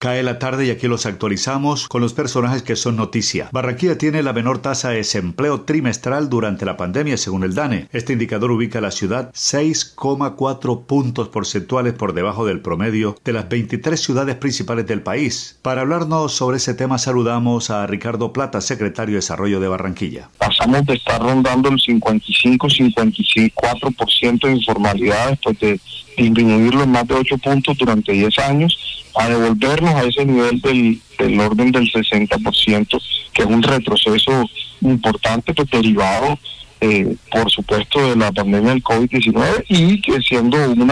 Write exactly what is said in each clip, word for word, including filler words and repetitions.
Cae la tarde y aquí los actualizamos con los personajes que son noticia. Barranquilla tiene la menor tasa de desempleo trimestral durante la pandemia, según el DANE. Este indicador ubica a la ciudad seis coma cuatro puntos porcentuales por debajo del promedio de las veintitrés ciudades principales del país. Para hablarnos sobre ese tema, saludamos a Ricardo Plata, secretario de Desarrollo de Barranquilla. Pasamos de estar rondando el cincuenta y cinco a cincuenta y cuatro por ciento de informalidad después de disminuirlo en más de ocho puntos durante diez años, a devolvernos a ese nivel del, del orden del sesenta por ciento, que es un retroceso importante, pues derivado, eh, por supuesto, de la pandemia del COVID diecinueve y que siendo un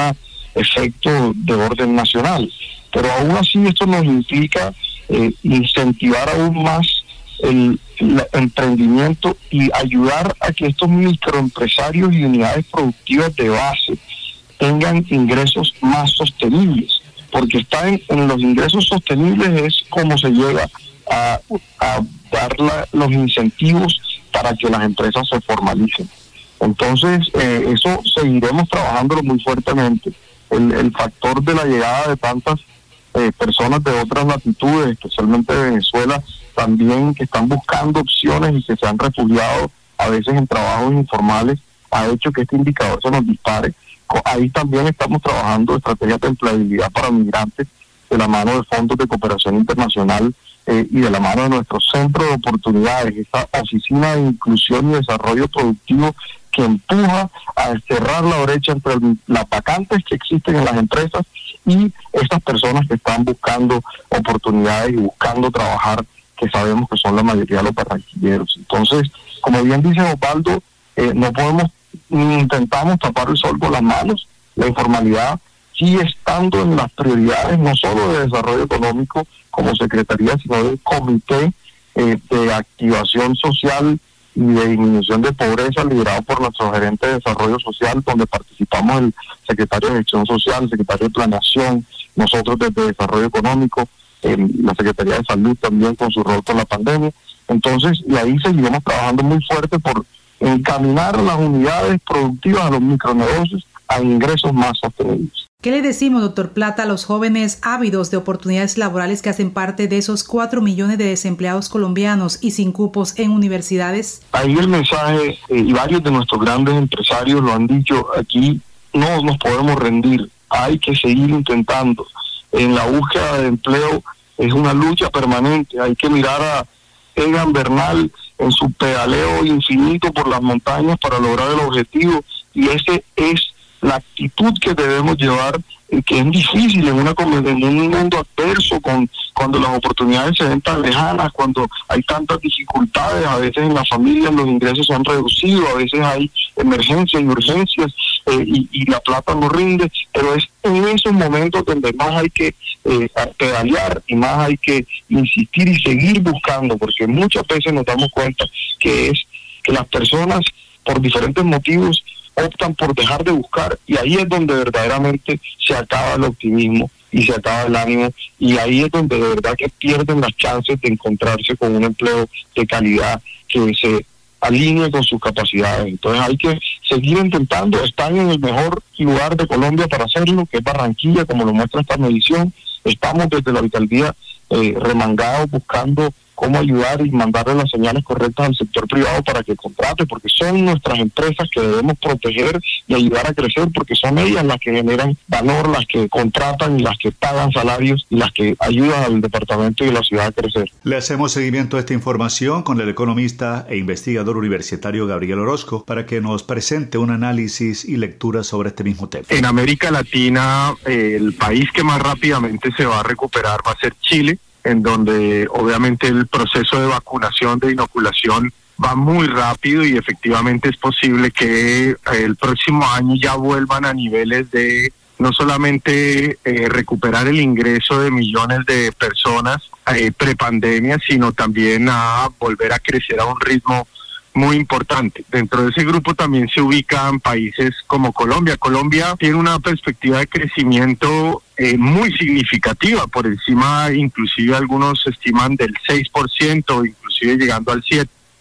efecto de orden nacional. Pero aún así esto nos implica eh, incentivar aún más el, el emprendimiento y ayudar a que estos microempresarios y unidades productivas de base tengan ingresos más sostenibles, porque está en, en los ingresos sostenibles es como se llega a, a dar la, los incentivos para que las empresas se formalicen. Entonces, eh, eso seguiremos trabajándolo muy fuertemente. El, el factor de la llegada de tantas eh, personas de otras latitudes, especialmente de Venezuela, también que están buscando opciones y que se han refugiado a veces en trabajos informales, ha hecho que este indicador se nos dispare. Ahí también estamos trabajando estrategias de empleabilidad para migrantes de la mano de fondos de cooperación internacional eh, y de la mano de nuestro centro de oportunidades, esta oficina de inclusión y desarrollo productivo que empuja a cerrar la brecha entre el, las vacantes que existen en las empresas y estas personas que están buscando oportunidades y buscando trabajar, que sabemos que son la mayoría de los barranquilleros. Entonces, como bien dice Osvaldo, eh, no podemos intentamos tapar el sol con las manos. La informalidad sigue estando en las prioridades no solo de desarrollo económico como secretaría, sino del comité eh, de activación social y de disminución de pobreza liderado por nuestro gerente de desarrollo social, donde participamos el secretario de gestión social, el secretario de planeación, nosotros desde desarrollo económico, eh, la secretaría de salud también con su rol con la pandemia. Entonces, y ahí seguiremos trabajando muy fuerte por encaminar las unidades productivas a los micronegocios a ingresos más sostenibles. ¿Qué le decimos, doctor Plata, a los jóvenes ávidos de oportunidades laborales que hacen parte de esos cuatro millones de desempleados colombianos y sin cupos en universidades? Ahí el mensaje, eh, y varios de nuestros grandes empresarios lo han dicho aquí, no nos podemos rendir, hay que seguir intentando. En la búsqueda de empleo es una lucha permanente, hay que mirar a Egan Bernal en su pedaleo infinito por las montañas para lograr el objetivo, y ese es la actitud que debemos llevar, eh, que es difícil en, una, en un mundo adverso, con cuando las oportunidades se ven tan lejanas, cuando hay tantas dificultades, a veces en las familias los ingresos se han reducido, a veces hay emergencias y urgencias eh, y, y la plata no rinde, pero es en esos momentos donde más hay que eh, pedalear y más hay que insistir y seguir buscando, porque muchas veces nos damos cuenta que es que las personas por diferentes motivos optan por dejar de buscar, y ahí es donde verdaderamente se acaba el optimismo y se acaba el ánimo, y ahí es donde de verdad que pierden las chances de encontrarse con un empleo de calidad que se alinee con sus capacidades. Entonces hay que seguir intentando. Están en el mejor lugar de Colombia para hacerlo, que es Barranquilla, como lo muestra esta medición. Estamos desde la alcaldía eh, remangados buscando cómo ayudar y mandarle las señales correctas al sector privado para que contrate, porque son nuestras empresas que debemos proteger y ayudar a crecer, porque son ellas las que generan valor, las que contratan y las que pagan salarios y las que ayudan al departamento y a la ciudad a crecer. Le hacemos seguimiento a esta información con el economista e investigador universitario Gabriel Orozco para que nos presente un análisis y lectura sobre este mismo tema. En América Latina, eh, el país que más rápidamente se va a recuperar va a ser Chile, en donde obviamente el proceso de vacunación, de inoculación va muy rápido, y efectivamente es posible que el próximo año ya vuelvan a niveles de no solamente eh, recuperar el ingreso de millones de personas eh, prepandemia, sino también a volver a crecer a un ritmo muy importante. Dentro de ese grupo también se ubican países como Colombia. Colombia tiene una perspectiva de crecimiento eh, muy significativa, por encima, inclusive algunos estiman del seis por ciento, inclusive llegando al siete por ciento.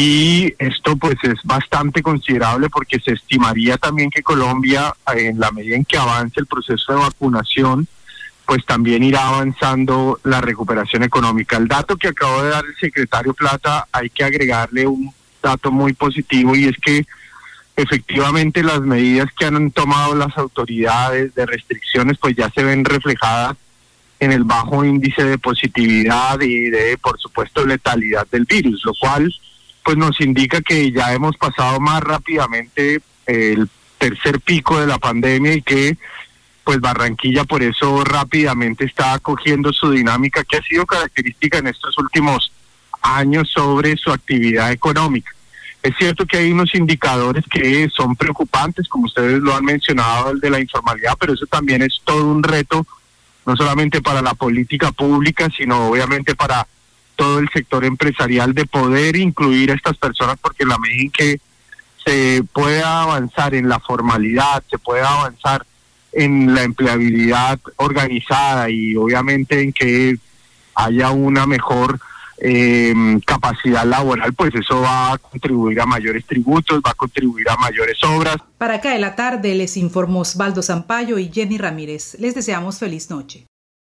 Y esto pues es bastante considerable, porque se estimaría también que Colombia, en la medida en que avance el proceso de vacunación, pues también irá avanzando la recuperación económica. El dato que acabó de dar el secretario Plata, hay que agregarle un dato muy positivo, y es que efectivamente las medidas que han tomado las autoridades de restricciones pues ya se ven reflejadas en el bajo índice de positividad y de, por supuesto, letalidad del virus, lo cual pues nos indica que ya hemos pasado más rápidamente el tercer pico de la pandemia y que pues Barranquilla por eso rápidamente está cogiendo su dinámica que ha sido característica en estos últimos años sobre su actividad económica. Es cierto que hay unos indicadores que son preocupantes, como ustedes lo han mencionado, el de la informalidad, pero eso también es todo un reto, no solamente para la política pública, sino obviamente para todo el sector empresarial, de poder incluir a estas personas, porque en la medida en que se pueda avanzar en la formalidad, se pueda avanzar en la empleabilidad organizada y obviamente en que haya una mejor eh, capacidad laboral, pues eso va a contribuir a mayores tributos, va a contribuir a mayores obras. Para Cae la Tarde les informó Osvaldo Zampayo y Jenny Ramírez. Les deseamos feliz noche.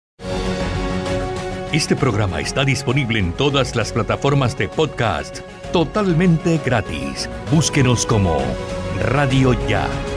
Este programa está disponible en todas las plataformas de podcast totalmente gratis. Búsquenos como Radio Ya.